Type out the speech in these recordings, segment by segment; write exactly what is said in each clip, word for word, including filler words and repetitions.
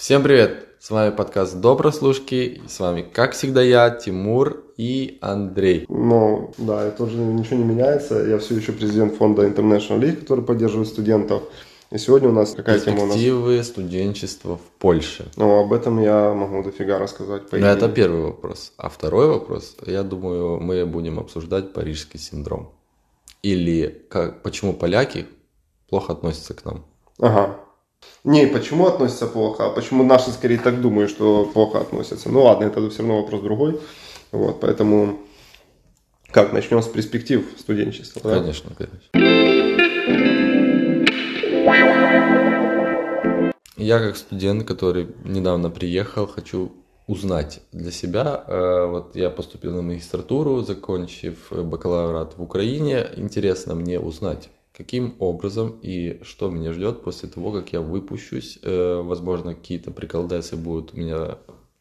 Всем привет! С вами подкаст Доброслушки. И с вами, как всегда, я, Тимур и Андрей. Ну, да, это уже ничего не меняется. Я все еще президент фонда International League, который поддерживает студентов. И сегодня у нас какая тема у нас? Перспективы студенчества в Польше. Ну, об этом я могу дофига рассказать. По Но это первый вопрос. А второй вопрос, я думаю, мы будем обсуждать парижский синдром. Или как, почему поляки плохо относятся к нам. Ага. Не, почему относятся плохо, а почему наши скорее так думают, что плохо относятся. Ну ладно, это все равно вопрос другой. Вот, поэтому как, начнем с перспектив студенчества? Да? Конечно, конечно. Я как студент, который недавно приехал, хочу узнать для себя. Вот я поступил на магистратуру, закончив бакалаврат в Украине. Интересно мне узнать, каким образом и что меня ждет после того, как я выпущусь. Возможно, какие-то приколдесы будут у меня,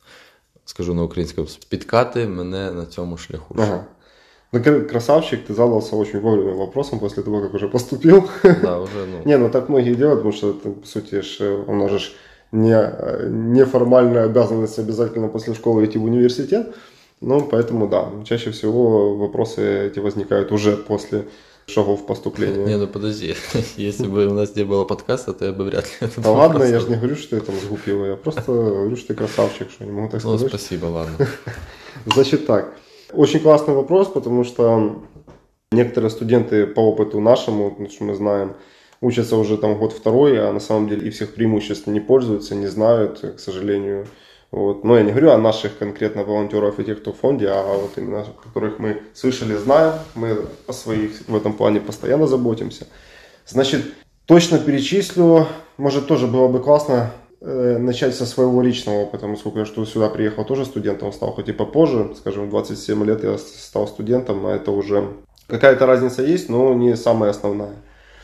скажу на українському, спіткати мене на цьому шляху. Ага. Ну, красавчик, ты задался очень вовремя вопросом после того, как уже поступил. Да, уже, ну... Не, ну так многие делают, потому что, это, по сути, у нас же не, неформальная обязанность обязательно после школы идти в университет. Ну, поэтому, да, чаще всего вопросы эти возникают уже после шагов поступления. Не, ну подожди, если бы у нас не было подкаста, то я бы вряд ли... Да ладно, я же не говорю, что я там сгупил, я просто говорю, что ты красавчик, что не могу так сказать. Ну, спасибо, ладно. Значит так, очень классный вопрос, потому что некоторые студенты по опыту нашему, что мы знаем, учатся уже там год второй, а на самом деле и всех преимуществ не пользуются, не знают, к сожалению. Вот. Но я не говорю о наших конкретно волонтеров и тех, кто в фонде, а вот именно о которых мы слышали, знаем. Мы о своих в этом плане постоянно заботимся. Значит, точно перечислю, может тоже было бы классно э, начать со своего личного опыта, поскольку я что сюда приехал тоже студентом, стал хоть и попозже, скажем, в двадцать семь лет я стал студентом, а это уже какая-то разница есть, но не самая основная.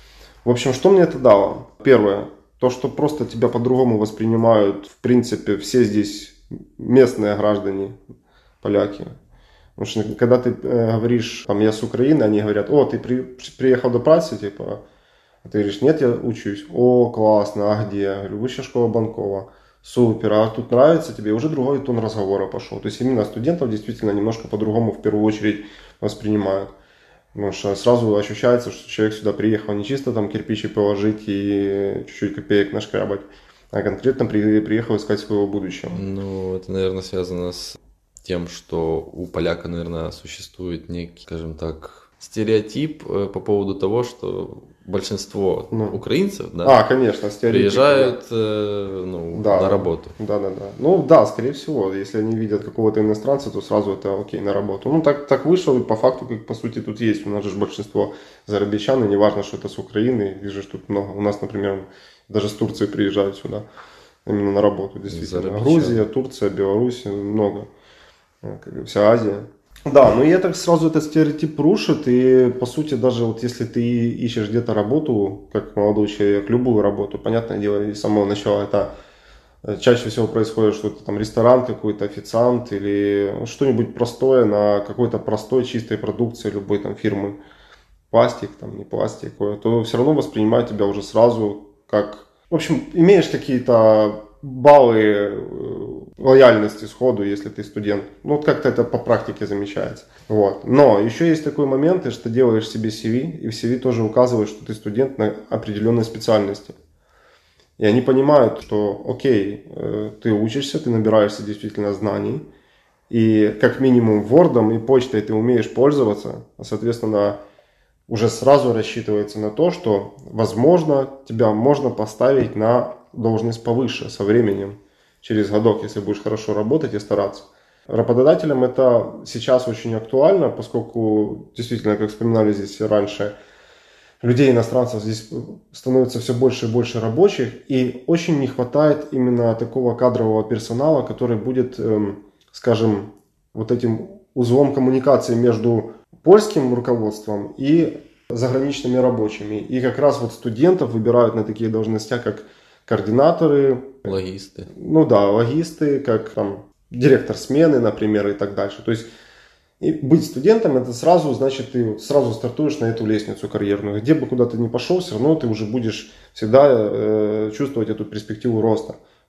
В общем, что мне это дало? Первое. То, что просто тебя по-другому воспринимают, в принципе, все здесь местные граждане, поляки. Потому что когда ты э, говоришь, там, я с Украины, они говорят, о, ты при, приехал до працы, типа, а ты говоришь, нет, я учусь. О, классно, а где? Я говорю, высшая школа Банкова. Супер, а тут нравится тебе? И уже другой тон разговора пошел. То есть именно студентов действительно немножко по-другому в первую очередь воспринимают. Потому что сразу ощущается, что человек сюда приехал не чисто там кирпичи положить и чуть-чуть копеек нашкрябать, а конкретно при, приехал искать своего будущего. Ну, это, наверное, связано с тем, что у поляка, наверное, существует некий, скажем так, стереотип по поводу того, что большинство ну. украинцев, да, а, конечно, приезжают да. э, ну, да, на работу. Да, да, да. Ну да, скорее всего, если они видят какого-то иностранца, то сразу это окей, на работу. Ну так, так вышло, и по факту, как по сути тут есть. У нас же большинство зарабичан, и неважно, что это с Украины, вижу, что тут много. У нас, например, даже с Турции приезжают сюда именно на работу, действительно. Зарабичан. Грузия, Турция, Беларусь, много. Как вся Азия. Да, но и это сразу этот стереотип рушит, и по сути даже вот если ты ищешь где-то работу, как молодой человек, любую работу, понятное дело, и с самого начала это чаще всего происходит, что это там ресторан какой-то, официант или что-нибудь простое на какой-то простой чистой продукции любой там фирмы, пластик там, не пластик, то все равно воспринимают тебя уже сразу как, в общем, имеешь какие-то баллы лояльности сходу, если ты студент. Ну, вот как-то это по практике замечается. Вот. Но еще есть такой момент, что делаешь себе си ви, и в си ви тоже указываешь, что ты студент на определенной специальности. И они понимают, что, окей, ты учишься, ты набираешься действительно знаний, и как минимум Word'ом и почтой ты умеешь пользоваться, а, соответственно, уже сразу рассчитывается на то, что, возможно, тебя можно поставить на должность повыше со временем, через годок, если будешь хорошо работать и стараться. Работодателям это сейчас очень актуально, поскольку, действительно, как вспоминали здесь раньше, людей, иностранцев здесь становится все больше и больше рабочих, и очень не хватает именно такого кадрового персонала, который будет, эм, скажем, вот этим узлом коммуникации между польским руководством и заграничными рабочими. И как раз вот студентов выбирают на такие должности, как координаторы. Логисты. Ну да, логисты, как там директор смены, например, и так дальше. То есть и быть студентом, это сразу, значит, ты сразу стартуешь на эту лестницу карьерную. Где бы куда ты ни пошел, все равно ты уже будешь всегда э, чувствовать эту перспективу роста.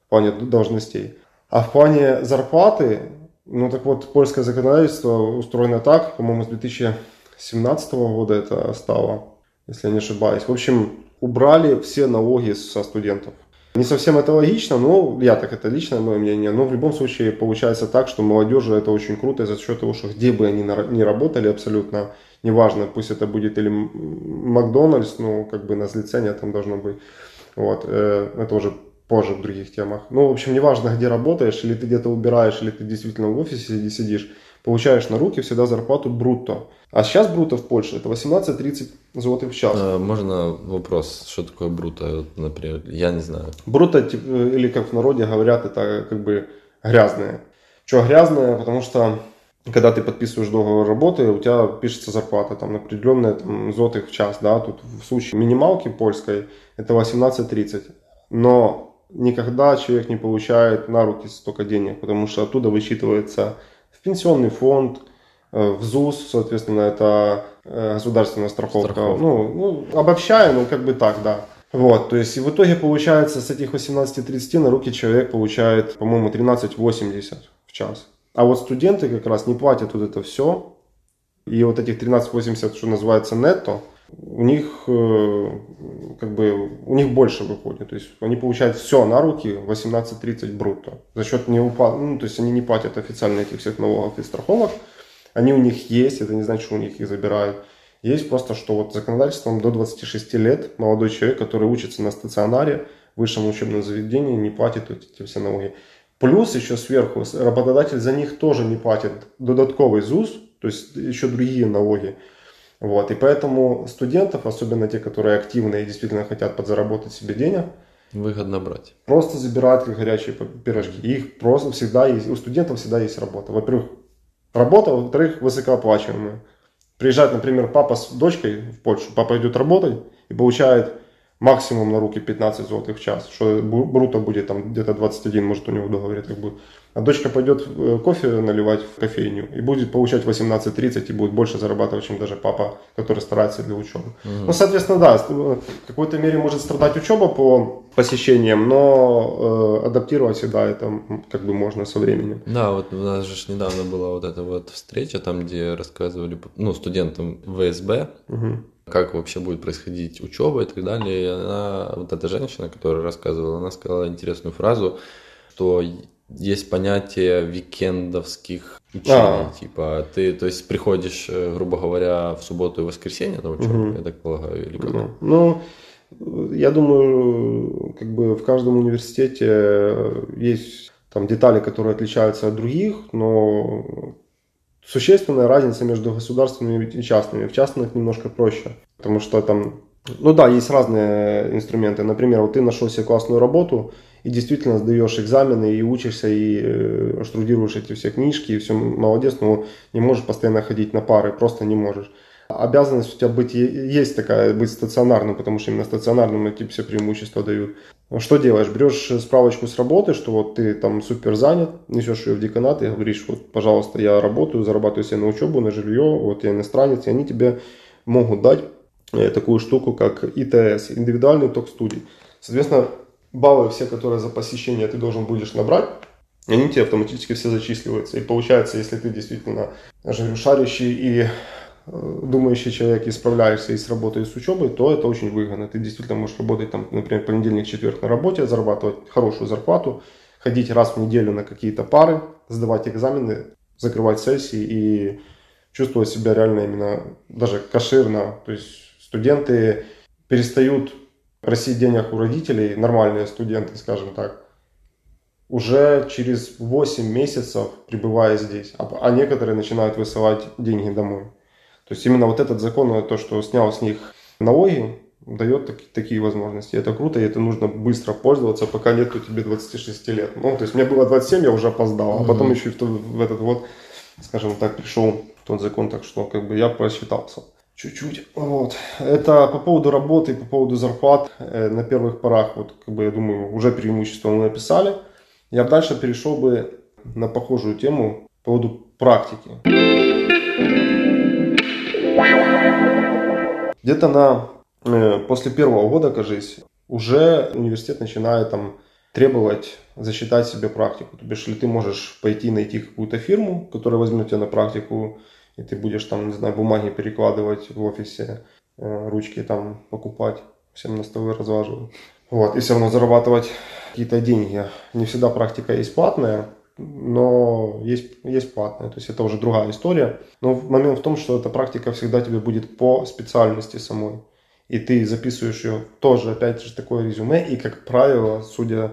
в плане должностей. А в плане зарплаты, ну так вот, польское законодательство устроено так, по-моему, с две тысячи семнадцатого года это стало, если я не ошибаюсь. В общем, убрали все налоги со студентов. Не совсем это логично, но я так, это личное мое мнение, но в любом случае получается так, что молодежи это очень круто за счет того, что где бы они ни работали абсолютно, неважно, пусть это будет или Макдональдс, ну как бы на злицение там должно быть, вот, это уже позже в других темах. Ну, в общем, неважно, где работаешь, или ты где-то убираешь, или ты действительно в офисе сидишь, получаешь на руки всегда зарплату брутто. А сейчас брутто в Польше это восемнадцать-тридцать злотых в час. А, можно вопрос, что такое брутто, например, я не знаю. Брутто, или как в народе говорят, это как бы грязное. Что грязное? Потому что когда ты подписываешь договор работы, у тебя пишется зарплата там определенная там, злотых в час, да, тут в случае минималки польской это восемнадцать-тридцать. Но никогда человек не получает на руки столько денег, потому что оттуда высчитывается в пенсионный фонд, в ЗУС, соответственно, это государственная страховка. страховка. Ну, ну, обобщая, ну, как бы так, да. Вот, то есть, и в итоге получается, с этих восемнадцати-тридцати на руки человек получает, по-моему, тринадцать восемьдесят в час. А вот студенты как раз не платят вот это все. И вот этих тринадцать восемьдесят, что называется, нетто, у них как бы у них больше выходит, то есть они получают все на руки восемнадцать-тридцать брутто за счет не упа... ну, то есть они не платят официально этих всех налогов и страховок, они у них есть, это не значит, что у них их забирают, есть просто, что вот законодательством до двадцати шести лет молодой человек, который учится на стационаре в высшем учебном заведении, не платит эти все налоги. Плюс еще сверху работодатель за них тоже не платит додатковый ЗУС, то есть еще другие налоги. Вот, и поэтому студентов, особенно те, которые активны и действительно хотят подзаработать себе денег, выгодно брать. Просто забирают как горячие пирожки. Их просто всегда есть, у студентов всегда есть работа. Во-первых, работа, во-вторых, высокооплачиваемая. Приезжает, например, папа с дочкой в Польшу, папа идет работать и получает максимум на руки пятнадцать злотых в час, что брутто будет там где-то двадцать один, может у него в договоре так будет. А дочка пойдет кофе наливать в кофейню и будет получать восемнадцать-тридцать и будет больше зарабатывать, чем даже папа, который старается для учебы. Mm-hmm. Ну, соответственно, да, в какой-то мере может страдать учеба по посещениям, но э, адаптировать всегда это как бы можно со временем. Да, вот у нас же недавно была вот эта вот встреча, там, где рассказывали, ну, студентам ВСБ, mm-hmm. как вообще будет происходить учеба и так далее. И она, вот эта женщина, которая рассказывала, она сказала интересную фразу, что есть понятие викендовских учений. А. Типа ты, то есть, приходишь, грубо говоря, в субботу и воскресенье на учебу, угу. я так полагаю, или как? Ну, ну, я думаю, как бы в каждом университете есть там детали, которые отличаются от других, но существенная разница между государственными и частными. В частных немножко проще, потому что там, ну да, есть разные инструменты. Например, вот ты нашел себе классную работу и действительно сдаешь экзамены и учишься, и э, штудируешь эти все книжки, и все молодец, но не можешь постоянно ходить на пары, просто не можешь. Обязанность у тебя быть, есть такая, быть стационарным, потому что именно стационарным эти все преимущества дают. Что делаешь? Берешь справочку с работы, что вот ты там супер занят, несешь ее в деканат и говоришь, вот, пожалуйста, я работаю, зарабатываю себе на учебу, на жилье, вот я иностранец, и они тебе могут дать такую штуку, как И Т С, индивидуальный итог студий. Соответственно, баллы все, которые за посещение ты должен будешь набрать, они тебе автоматически все зачисливаются. И получается, если ты действительно шарящий и думающий человек, и справляешься и с работой, и с учебой, то это очень выгодно. Ты действительно можешь работать, там, например, понедельник, четверг на работе, зарабатывать хорошую зарплату, ходить раз в неделю на какие-то пары, сдавать экзамены, закрывать сессии и чувствовать себя реально именно даже кошерно. То есть студенты перестают просить денег у родителей, нормальные студенты, скажем так, уже через восемь месяцев пребывая здесь, а, а некоторые начинают высылать деньги домой. То есть именно вот этот закон, то, что снял с них налоги, дает так, такие возможности. Это круто, и это нужно быстро пользоваться, пока нет у тебя двадцати шести лет. Ну, то есть мне было двадцать семь, я уже опоздал, а потом mm-hmm. еще и в, в этот вот, скажем так, пришел тот закон, так что как бы я просчитался. Чуть-чуть. Вот. Это по поводу работы, по поводу зарплат. Э, на первых порах, вот, как бы, я думаю, уже преимущество мы написали. Я бы дальше перешел бы на похожую тему по поводу практики. Где-то на, э, после первого года, кажись, уже университет начинает там требовать засчитать себе практику. То бишь, ли ты можешь пойти найти какую-то фирму, которая возьмет тебя на практику, и ты будешь там, не знаю, бумаги перекладывать в офисе, ручки там покупать, всем на столы разлаживать. Вот, и все равно зарабатывать какие-то деньги. Не всегда практика есть платная, но есть, есть платная, то есть это уже другая история. Но момент в том, что эта практика всегда тебе будет по специальности самой. И ты записываешь ее тоже, опять же, такое резюме. И, как правило, судя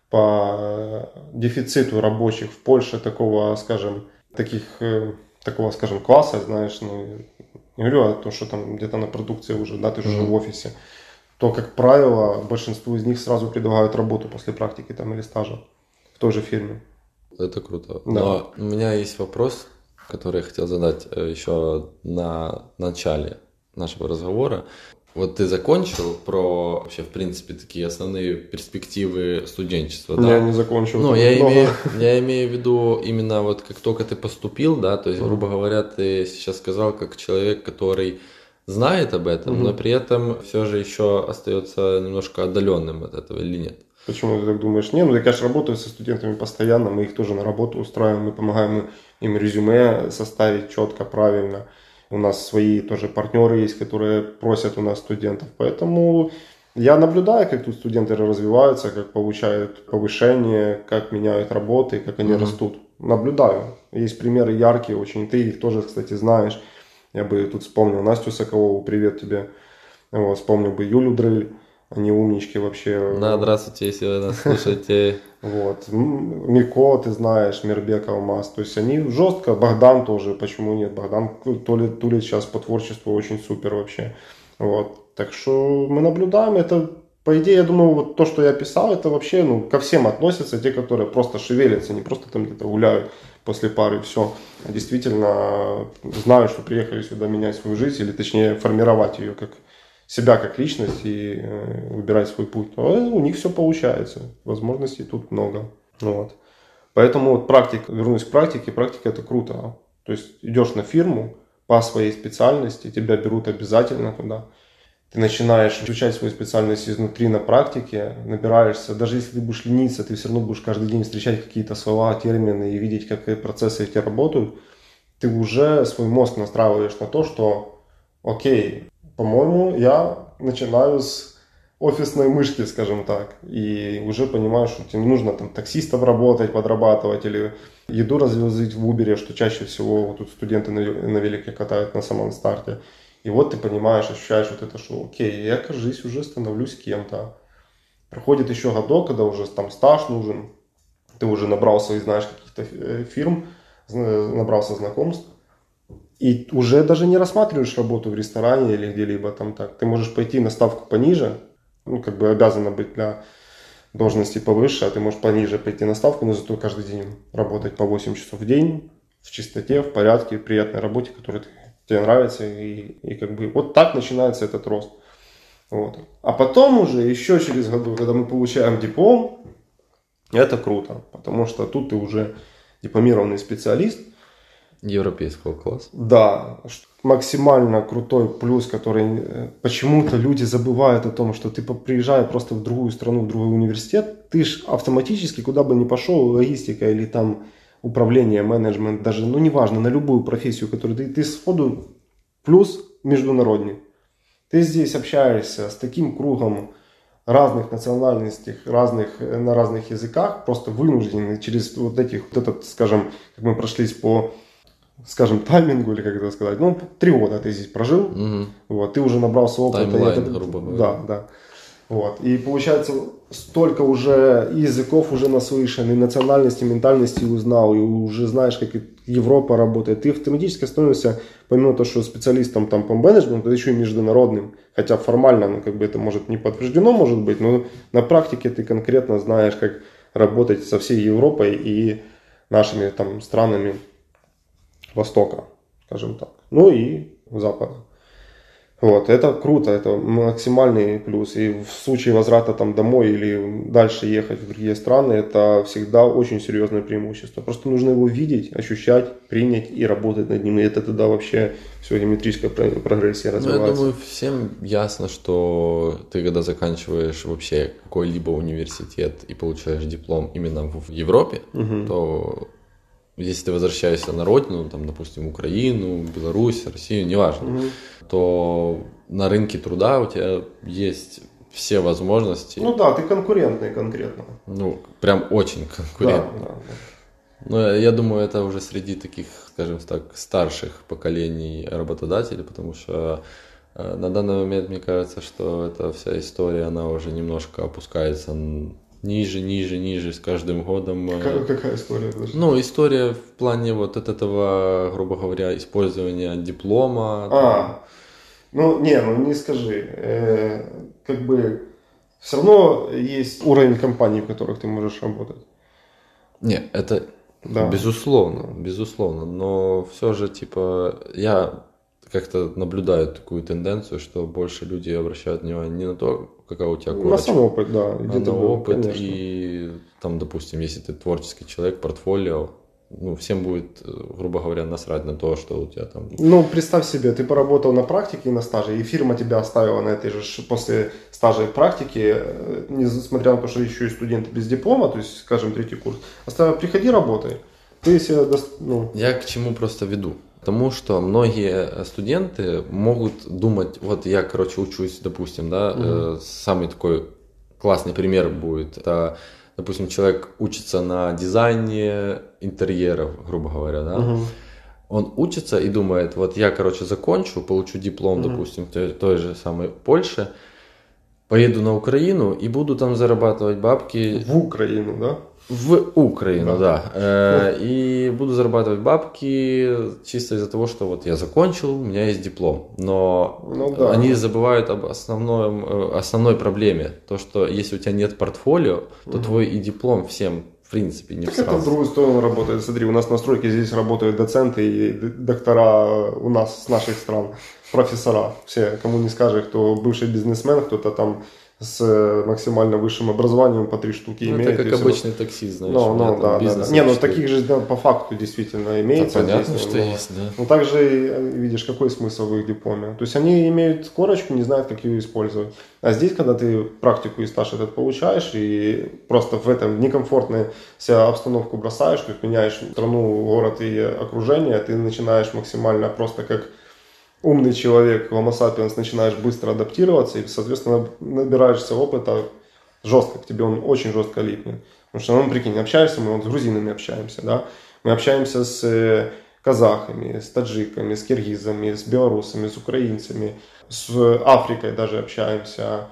по дефициту рабочих в Польше такого, скажем, таких, такого, скажем, класса, знаешь, ну, не говорю о том, что там где-то на продукции уже, да, ты же mm-hmm. в офисе, то, как правило, большинству из них сразу предлагают работу после практики там или стажа в той же фирме. Это круто. Да. Но у меня есть вопрос, который я хотел задать еще на начале нашего разговора. Вот ты закончил про вообще, в принципе, такие основные перспективы студенчества, да? Я не закончил. Ну, я имею, я имею в виду именно вот как только ты поступил, да, то есть, грубо говоря, ты сейчас сказал как человек, который знает об этом, угу. но при этом все же еще остается немножко отдаленным от этого или нет? Почему ты так думаешь? Не, ну я, конечно, работаю со студентами постоянно, мы их тоже на работу устраиваем, мы помогаем им резюме составить четко, правильно. У нас свои тоже партнеры есть, которые просят у нас студентов. Поэтому я наблюдаю, как тут студенты развиваются, как получают повышение, как меняют работы, как они mm-hmm. растут. Наблюдаю. Есть примеры яркие очень. Ты их тоже, кстати, знаешь. Я бы тут вспомнил Настю Соколову, привет тебе. Вот, вспомнил бы Юлю Дрыль. Они умнички вообще. Да, здравствуйте, если вы нас слушаете. Вот. Мико, ты знаешь, Мирбек Алмаз. То есть они жестко. Богдан тоже, почему нет? Богдан тулит, тулит сейчас по творчеству очень супер вообще. Вот. Так что мы наблюдаем. Это, по идее, я думаю, вот то, что я писал, это вообще ну, ко всем относится. Те, которые просто шевелятся, не просто там где-то гуляют после пары, все. А действительно знают, что приехали сюда менять свою жизнь, или точнее формировать ее как себя как личность и э, выбирать свой путь. Но у них все получается. Возможностей тут много. Вот. Поэтому вот практика, вернусь к практике, практика это круто. То есть идешь на фирму по своей специальности, тебя берут обязательно туда. Ты начинаешь изучать свою специальность изнутри на практике, набираешься. Даже если ты будешь лениться, ты все равно будешь каждый день встречать какие-то слова, термины и видеть, как процессы эти работают. Ты уже свой мозг настраиваешь на то, что окей, по-моему, я начинаю с офисной мышки, скажем так, и уже понимаю, что тебе не нужно там таксистом работать, подрабатывать или еду развозить в Uber, что чаще всего вот тут студенты на, на велике катают на самом старте. И вот ты понимаешь, ощущаешь вот это, что окей, я, кажись, уже становлюсь кем-то. Проходит еще годок, когда уже там стаж нужен, ты уже набрался и знаешь каких-то фирм, набрался знакомств. И уже даже не рассматриваешь работу в ресторане или где-либо там так. Ты можешь пойти на ставку пониже, ну, как бы обязана быть для должности повыше, а ты можешь пониже пойти на ставку, но зато каждый день работать по восемь часов в день, в чистоте, в порядке, в приятной работе, которая тебе нравится. И, и как бы вот так начинается этот рост. Вот. А потом уже, еще через году, когда мы получаем диплом, это круто, потому что тут ты уже дипломированный специалист, европейского класса. Да, максимально крутой плюс, который почему-то люди забывают о том, что ты приезжая просто в другую страну, в другой университет, ты ж автоматически куда бы ни пошел, логистика или там управление, менеджмент, даже, ну неважно, на любую профессию, которую ты, ты сходу плюс международный. Ты здесь общаешься с таким кругом разных национальностей, разных, на разных языках, просто вынуждены через вот этих, вот этот, скажем, как мы прошлись по скажем, таймингу, или как это сказать, ну, три года ты здесь прожил, угу. Вот, ты уже набрался опыта. Таймлайн, это, грубо говоря. Да, да. Вот, и получается, столько уже языков уже наслышан, и национальности, ментальности узнал, и уже знаешь, как Европа работает. Ты автоматически становишься, помимо того, что специалистом там по менеджменту, ты еще и международным. Хотя формально, ну, как бы это может не подтверждено, может быть, но на практике ты конкретно знаешь, как работать со всей Европой и нашими там странами Востока, скажем так, ну и Запада. Вот, это круто, это максимальный плюс. И в случае возврата там домой или дальше ехать в другие страны, это всегда очень серьезное преимущество. Просто нужно его видеть, ощущать, принять и работать над ним. И это тогда вообще все, геометрическая прогрессия развивается. Ну, я думаю, всем ясно, что ты, когда заканчиваешь вообще какой-либо университет и получаешь диплом именно в Европе, угу. то если ты возвращаешься на родину, там, допустим, Украину, Беларусь, Россию, неважно, угу. то на рынке труда у тебя есть все возможности. Ну да, ты конкурентный конкретно. Ну, прям очень конкурентный. Да, да, да. Но я, я думаю, это уже среди таких, скажем так, старших поколений работодателей, потому что э, на данный момент мне кажется, что эта вся история, она уже немножко опускается ниже, ниже, ниже с каждым годом. Какая, какая история? Ну, история в плане вот от этого, грубо говоря, использования диплома. А, там. ну не, ну не скажи. Э, как бы все равно есть уровень компаний, в которых ты можешь работать. Не, это да. безусловно, безусловно. Но все же, типа, я как-то наблюдаю такую тенденцию, что больше люди обращают внимание не на то, какая у тебя корочка. На сам опыт, да. А на опыт. Конечно. И там, допустим, если ты творческий человек, портфолио, ну, всем будет, грубо говоря, насрать на то, что у тебя там... Ну, представь себе, ты поработал на практике и на стаже, и фирма тебя оставила на этой же, после стажа и практики, несмотря на то, что еще и студенты без диплома, то есть, скажем, третий курс, оставила, приходи, работай. Ты себе, ну... Я к чему просто веду? Потому что многие студенты могут думать, вот я, короче, учусь, допустим, да, угу. э, самый такой классный пример будет, это, допустим, человек учится на дизайне интерьеров, грубо говоря, да, угу. он учится и думает, вот я, короче, закончу, получу диплом, угу. допустим, в той, той же самой Польше, поеду на Украину и буду там зарабатывать бабки. В Украину, да? В Украину, да. да. Э, и буду зарабатывать бабки чисто из-за того, что вот я закончил, у меня есть диплом. Но ну, да. они забывают об основном, основной проблеме. То, что если у тебя нет портфолио, то угу. твой и диплом всем в принципе не так это в другую сторону работает. Смотри, у нас на стройке здесь работают доценты и доктора у нас с наших стран, профессора. Все, кому не скажешь, кто бывший бизнесмен, кто-то там с максимально высшим образованием по три штуки ну, имеет. Это как обычный все... таксист, знаешь. Ну, ну, да, да, да. Не, ну таких же да, по факту действительно имеется. Да, понятно, здесь, что но, есть, да. Ну также видишь, какой смысл в их дипломе. То есть они имеют корочку, не знают, как ее использовать. А здесь, когда ты практику и стаж этот получаешь, и просто в этом некомфортную себя обстановку бросаешь, то есть меняешь страну, город и окружение, ты начинаешь максимально просто как умный человек, Homo sapiens, начинаешь быстро адаптироваться и, соответственно, набираешься опыта жестко, к тебе он очень жестко липнет. Потому что, ну, прикинь, общаешься, мы вот с грузинами общаемся, да, мы общаемся с казахами, с таджиками, с киргизами, с белорусами, с украинцами, с Африкой даже общаемся.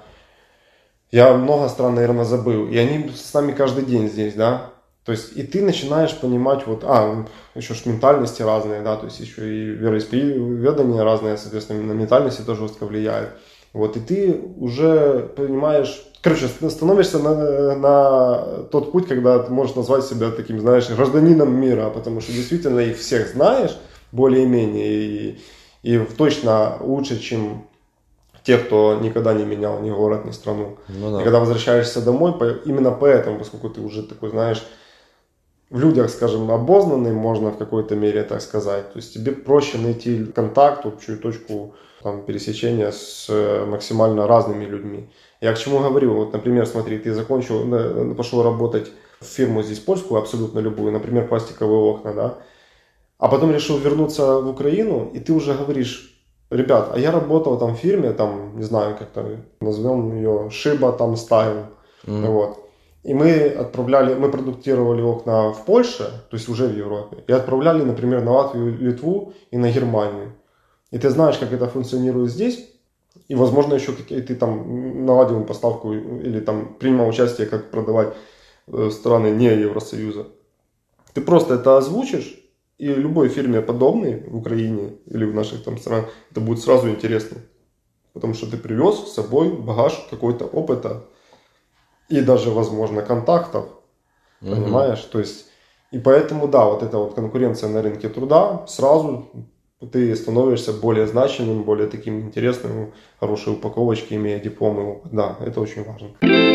Я много стран, наверное, забыл, и они с нами каждый день здесь, да. То есть, и ты начинаешь понимать, вот, а, еще ж ментальности разные, да, то есть, еще и вероисповедания разные, соответственно, на ментальности тоже жестко влияет. Вот, и ты уже понимаешь, короче, становишься на, на тот путь, когда ты можешь назвать себя таким, знаешь, гражданином мира, потому что действительно их всех знаешь, более-менее, и, и точно лучше, чем те, кто никогда не менял ни город, ни страну. Ну, да. И когда возвращаешься домой, именно поэтому, поскольку ты уже такой, знаешь, в людях, скажем, обознанный, можно в какой-то мере так сказать. То есть тебе проще найти контакт, общую точку там, пересечения с максимально разными людьми. Я к чему говорю? Вот, например, смотри, ты закончил, пошел работать в фирму здесь польскую, абсолютно любую, например, пластиковые окна, да, а потом решил вернуться в Украину, и ты уже говоришь, ребят, а я работал там в фирме, там, не знаю, как-то назовем ее Шиба там Стайл, mm. вот. И мы отправляли, мы продуктировали окна в Польше, то есть уже в Европе, и отправляли, например, на Латвию, Литву и на Германию. И ты знаешь, как это функционирует здесь, и, возможно, еще ты там наладил поставку или там принимал участие, как продавать в страны не Евросоюза. Ты просто это озвучишь, и любой фирме подобной в Украине или в наших там странах это будет сразу интересно. Потому что ты привез с собой багаж какой-то опыта, и даже, возможно, контактов, угу. понимаешь? То есть, и поэтому, да, вот эта вот конкуренция на рынке труда сразу ты становишься более значимым, более таким интересным, хорошей упаковочки, имея дипломы. Да, это очень важно.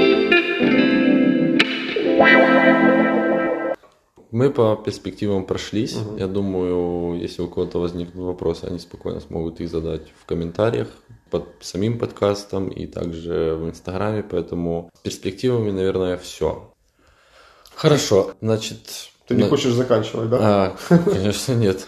Мы по перспективам прошлись. Угу. Я думаю, если у кого-то возникнут вопросы, они спокойно смогут их задать в комментариях под самим подкастом и также в Инстаграме. Поэтому с перспективами, наверное, все. Хорошо, значит... Ты не на... хочешь заканчивать, да? А, конечно, нет.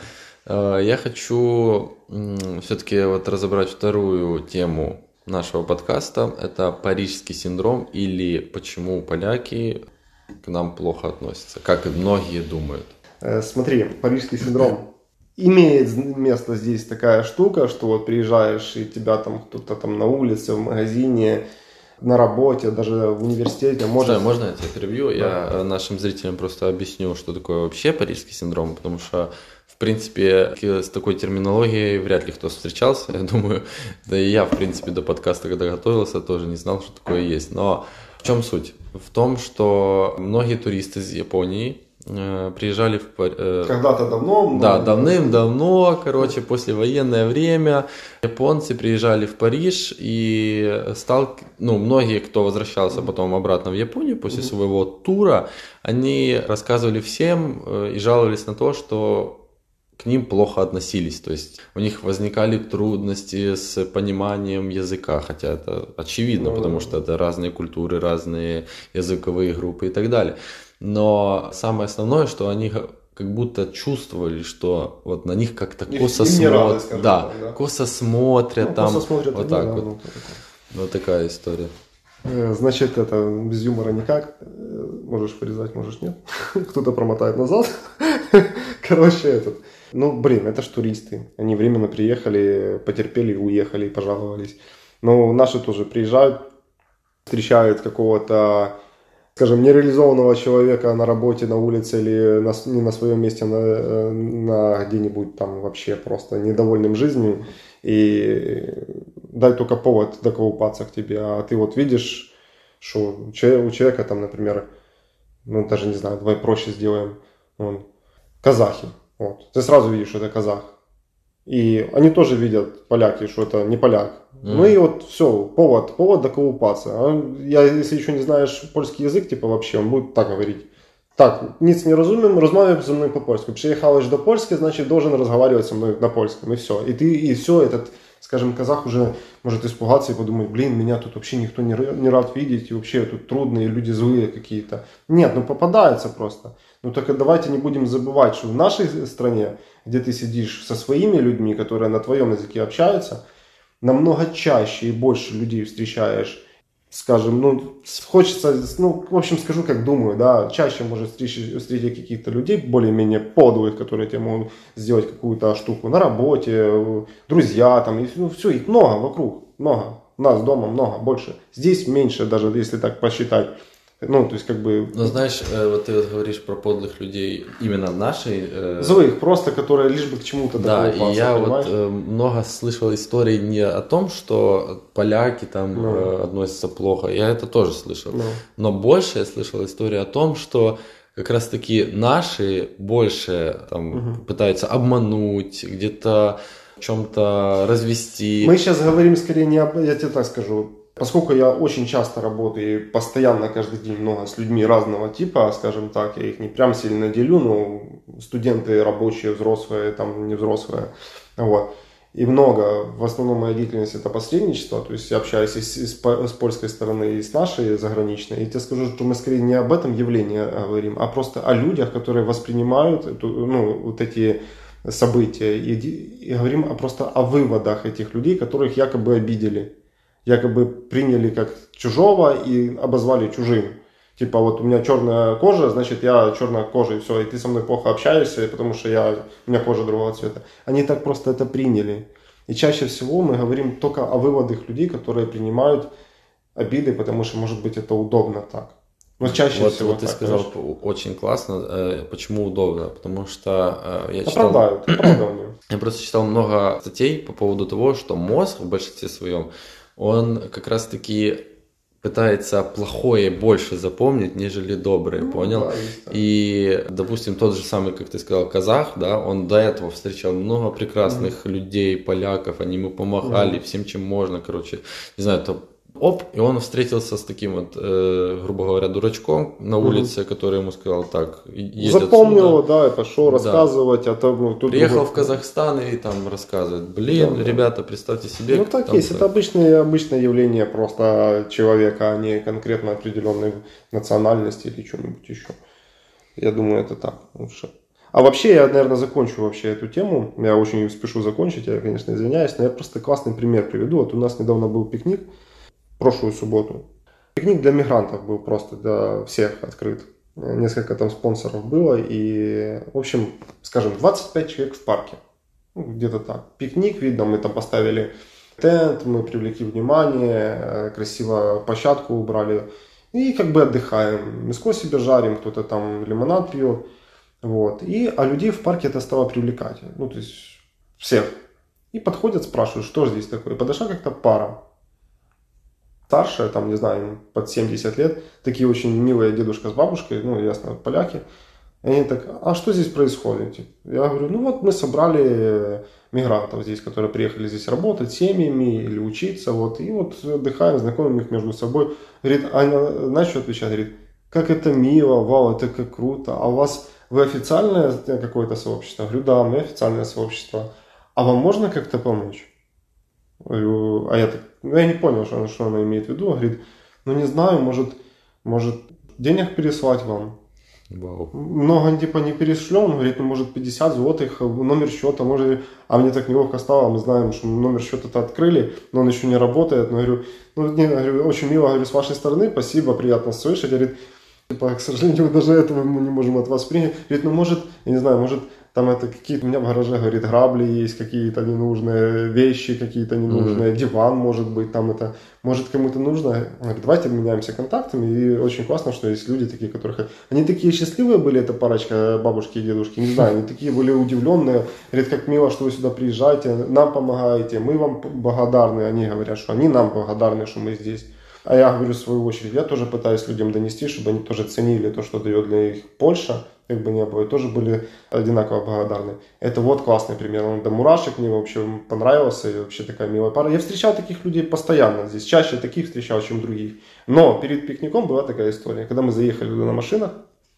Я хочу все-таки вот разобрать вторую тему нашего подкаста. Это парижский синдром или почему поляки к нам плохо относятся, как и многие думают. Смотри, парижский синдром. Имеет место здесь такая штука, что вот приезжаешь, и тебя там кто-то там на улице, в магазине, на работе, даже в университете. Может... Да, можно я тебя перебью? Да. Я нашим зрителям просто объясню, что такое вообще парижский синдром, потому что, в принципе, с такой терминологией вряд ли кто встречался, я думаю. Да и я, в принципе, до подкаста, когда готовился, тоже не знал, что такое есть. Но в чем суть? В том, что многие туристы из Японии э, приезжали в Париж. Э, Когда-то давно. Да, давным-давно, короче, послевоенное время. Японцы приезжали в Париж и стал, ну, многие, кто возвращался потом обратно в Японию после своего тура, они рассказывали всем э, и жаловались на то, что к ним плохо относились, то есть у них возникали трудности с пониманием языка, хотя это очевидно, потому что это разные культуры, разные языковые группы и так далее. Но самое основное, что они как будто чувствовали, что вот на них как-то косо смотрят, да, так, да, косо смотрят, ну, там, косо смотрят, вот так да, вот. Ну, вот такая история. Значит, это без юмора никак. Можешь вырезать, можешь нет. Кто-то промотает назад. Короче, этот. Ну, блин, это ж туристы. Они временно приехали, потерпели, уехали, пожаловались. Но наши тоже приезжают, встречают какого-то, скажем, нереализованного человека на работе, на улице или на, не на своем месте, на, на где-нибудь там вообще просто недовольным жизнью. И дай только повод доколупаться к тебе. А ты вот видишь, что у человека там, например, ну даже не знаю, давай проще сделаем, он, казахи. Вот. Ты сразу видишь, что это казах. И они тоже видят, поляки, что это не поляк. Mm. Ну и вот все, повод, повод доколупаться. А я, если еще не знаешь польский язык, типа вообще, он будет так говорить. Так, nic не разумеем, разговаривай со мной по-польски. Приехал до Польски, значит, должен разговаривать со мной на польском. И все. И ты, и все, этот, скажем, казах уже может испугаться и подумать, блин, меня тут вообще никто не, не рад видеть, и вообще тут трудные, люди злые какие-то. Нет, ну попадается просто. Ну так давайте не будем забывать, что в нашей стране, где ты сидишь со своими людьми, которые на твоем языке общаются, намного чаще и больше людей встречаешь, скажем, ну, хочется, ну, в общем, скажу, как думаю, да, чаще может встретить, встретить каких-то людей более-менее подлых, которые тебе могут сделать какую-то штуку на работе, друзья там, и, ну, все, их много вокруг, много, нас дома много, больше, здесь меньше, даже если так посчитать. Ну, то есть, как бы... Ну, знаешь, вот ты вот говоришь про подлых людей, именно нашей... Э... Злых, просто, которые лишь бы к чему-то да, и я понимаешь? Вот э, много слышал историй не о том, что поляки там no. э, относятся плохо, я это тоже слышал. No. Но больше я слышал истории о том, что как раз-таки наши больше там uh-huh. пытаются обмануть, где-то в чем-то развести. Мы сейчас говорим скорее не об... Я тебе так скажу. Поскольку я очень часто работаю и постоянно каждый день много с людьми разного типа, скажем так, я их не прям сильно делю, но студенты рабочие, взрослые, там не взрослые, вот. И много, в основном моя деятельность это посредничество, то есть я общаюсь и с, и с польской стороны, и с нашей заграничной. И тебе скажу, что мы скорее не об этом явлении говорим, а просто о людях, которые воспринимают эту, ну, вот эти события. И, и говорим о, просто о выводах этих людей, которых якобы обидели. Якобы приняли как чужого и обозвали чужим. Типа вот у меня черная кожа, значит я черная кожа и все, и ты со мной плохо общаешься, потому что я, у меня кожа другого цвета. Они так просто это приняли. И чаще всего мы говорим только о выводах людей, которые принимают обиды, потому что может быть это удобно так. Но чаще вот, всего вот так, ты сказал конечно. Очень классно, почему удобно, потому что я читал... Оправдают, оправдывание. Я просто читал много статей по поводу того, что мозг в большинстве своем, он как раз-таки пытается плохое больше запомнить, нежели доброе, ну, понял? Да, и, допустим, тот же самый, как ты сказал, казах, да, он до этого встречал много прекрасных mm-hmm. людей, поляков, они ему помогали mm-hmm. всем, чем можно, короче, не знаю, то оп, и он встретился с таким вот, э, грубо говоря, дурачком на улице, mm-hmm. который ему сказал так, запомнил, да, и пошел да. рассказывать, а то ну, тут приехал другой... в Казахстан и там рассказывает, блин, да, ребята, представьте себе. Ну так есть, это обычное, обычное явление просто человека, а не конкретно определенной национальности или что-нибудь еще. Я думаю, это так лучше. А вообще, я, наверное, закончу вообще эту тему. Я очень спешу закончить, я, конечно, извиняюсь, но я просто классный пример приведу. Вот у нас недавно был пикник, прошлую субботу. Пикник для мигрантов был просто для всех открыт. Несколько там спонсоров было. И, в общем, скажем, двадцать пять человек в парке. Ну, где-то так. Пикник, видно, мы там поставили тент, мы привлекли внимание, красиво площадку убрали. И как бы отдыхаем. Мяско себе жарим, кто-то там лимонад пьет. Вот. И, а людей в парке это стало привлекать. Ну, то есть всех. И подходят, спрашивают, что же здесь такое. И подошла как-то пара. Старшая, там, не знаю, под семьдесят лет. Такие очень милые дедушка с бабушкой, ну, ясно, поляки. И они так, а что здесь происходит? Я говорю, ну вот мы собрали мигрантов здесь, которые приехали здесь работать семьями или учиться. Вот, и вот отдыхаем, знакомим их между собой. Говорит, Аня, знаешь, что отвечает? Говорит, как это мило, вау, это как круто. А у вас, вы официальное какое-то сообщество? Я говорю, да, мы официальное сообщество. А вам можно как-то помочь? А я так, ну я не понял, что она, что она имеет в виду. Говорит, ну не знаю, может, может денег переслать вам. Вау. Много типа не перешлем. Он говорит, ну может пятьдесят злотых, номер счета, может. А мне так неловко стало, мы знаем, что номер счета-то открыли, но он еще не работает. Но говорю, ну не, говорю, очень мило, говорю, с вашей стороны, спасибо, приятно слышать. Говорит, типа, к сожалению, даже этого мы не можем от вас принять. Говорит, ну может, я не знаю, может там это какие-то, у меня в гараже, говорит, грабли есть, какие-то ненужные вещи, какие-то ненужные, mm-hmm. диван может быть, там это, может кому-то нужно. Говорит, давайте обменяемся контактами. И очень классно, что есть люди такие, которых... Они такие счастливые были, эта парочка, бабушки и дедушки, не знаю, они такие были удивленные. Говорит, как мило, что вы сюда приезжаете, нам помогаете, мы вам благодарны. Они говорят, что они нам благодарны, что мы здесь. А я говорю, в свою очередь, я тоже пытаюсь людям донести, чтобы они тоже ценили то, что дает для них Польша, как бы не было, и тоже были одинаково благодарны. Это вот классный пример. Он до мурашек мне вообще понравился, и вообще такая милая пара. Я встречал таких людей постоянно здесь, чаще таких встречал, чем других. Но перед пикником была такая история, когда мы заехали туда на машинах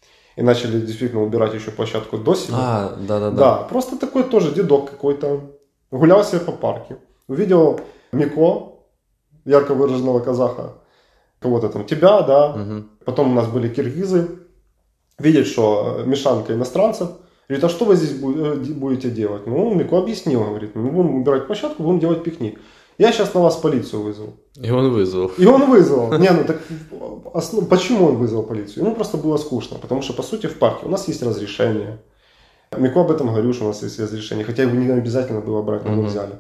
и начали действительно убирать еще площадку до себя. А, да-да-да. Да, просто такой тоже дедок какой-то, гулял себе по парку, увидел Мико, ярко выраженного казаха, кого-то там, тебя, да, угу. Потом у нас были киргизы, видят, что мешанка иностранцев, говорит, а что вы здесь будете делать? Ну, Мико объяснил, говорит, мы будем убирать площадку, будем делать пикник. Я сейчас на вас полицию вызову. И он вызвал. И он вызвал. Не, ну так, основ... почему он вызвал полицию? Ему просто было скучно, потому что, по сути, в парке у нас есть разрешение. Мико об этом говорил, что у нас есть разрешение, хотя его не обязательно было брать, но мы взяли.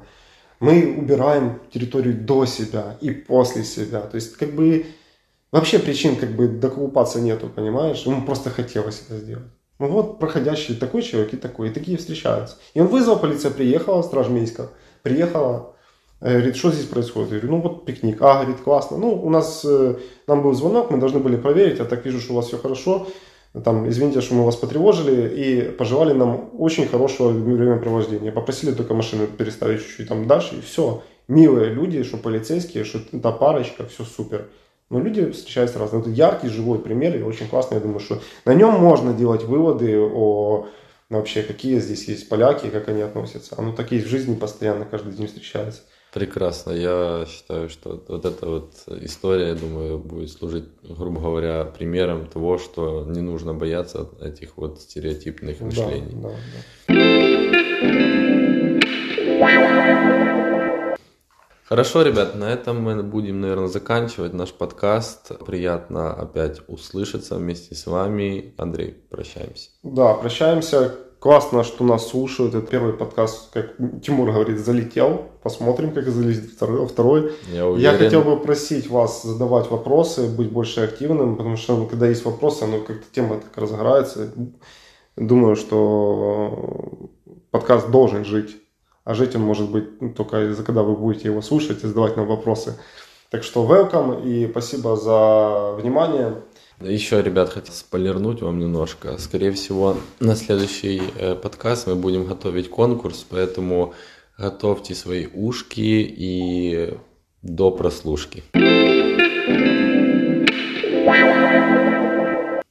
Мы убираем территорию до себя и после себя. То есть, как бы, вообще причин, как бы, докупаться нету, понимаешь? Ему просто хотелось это сделать. Ну вот, проходящий такой человек и такой, и такие встречаются. И он вызвал, полиция приехала, стражмейска, приехала, говорит, что здесь происходит? Я говорю, ну вот пикник. А, говорит, классно. Ну, у нас, нам был звонок, мы должны были проверить, я так вижу, что у вас все хорошо. Там, извините, что мы вас потревожили, и пожелали нам очень хорошего времяпровождения. Попросили только машину переставить чуть-чуть там дальше, и все. Милые люди, что полицейские, что та парочка, все супер. Но люди встречаются разные. Это яркий, живой пример, и очень классно. Я думаю, что на нем можно делать выводы о вообще, какие здесь есть поляки, как они относятся. Оно так есть в жизни постоянно, каждый день встречается. Прекрасно. Я считаю, что вот эта вот история, я думаю, будет служить, грубо говоря, примером того, что не нужно бояться этих вот стереотипных мышлений. Да, да, да. Хорошо, ребят, на этом мы будем, наверное, заканчивать наш подкаст. Приятно опять услышаться вместе с вами. Андрей, прощаемся. Да, прощаемся. Классно, что нас слушают. Это первый подкаст, как Тимур говорит, залетел. Посмотрим, как залезет второй. Я уверен. Я хотел бы просить вас задавать вопросы, быть больше активным, потому что когда есть вопросы, оно как-то тема так разгорается. Думаю, что подкаст должен жить. А жить он может быть только когда вы будете его слушать и задавать нам вопросы. Так что welcome и спасибо за внимание. Еще, ребят, хотел спойлернуть вам немножко. Скорее всего, на следующий э, подкаст мы будем готовить конкурс, поэтому готовьте свои ушки и до прослушки.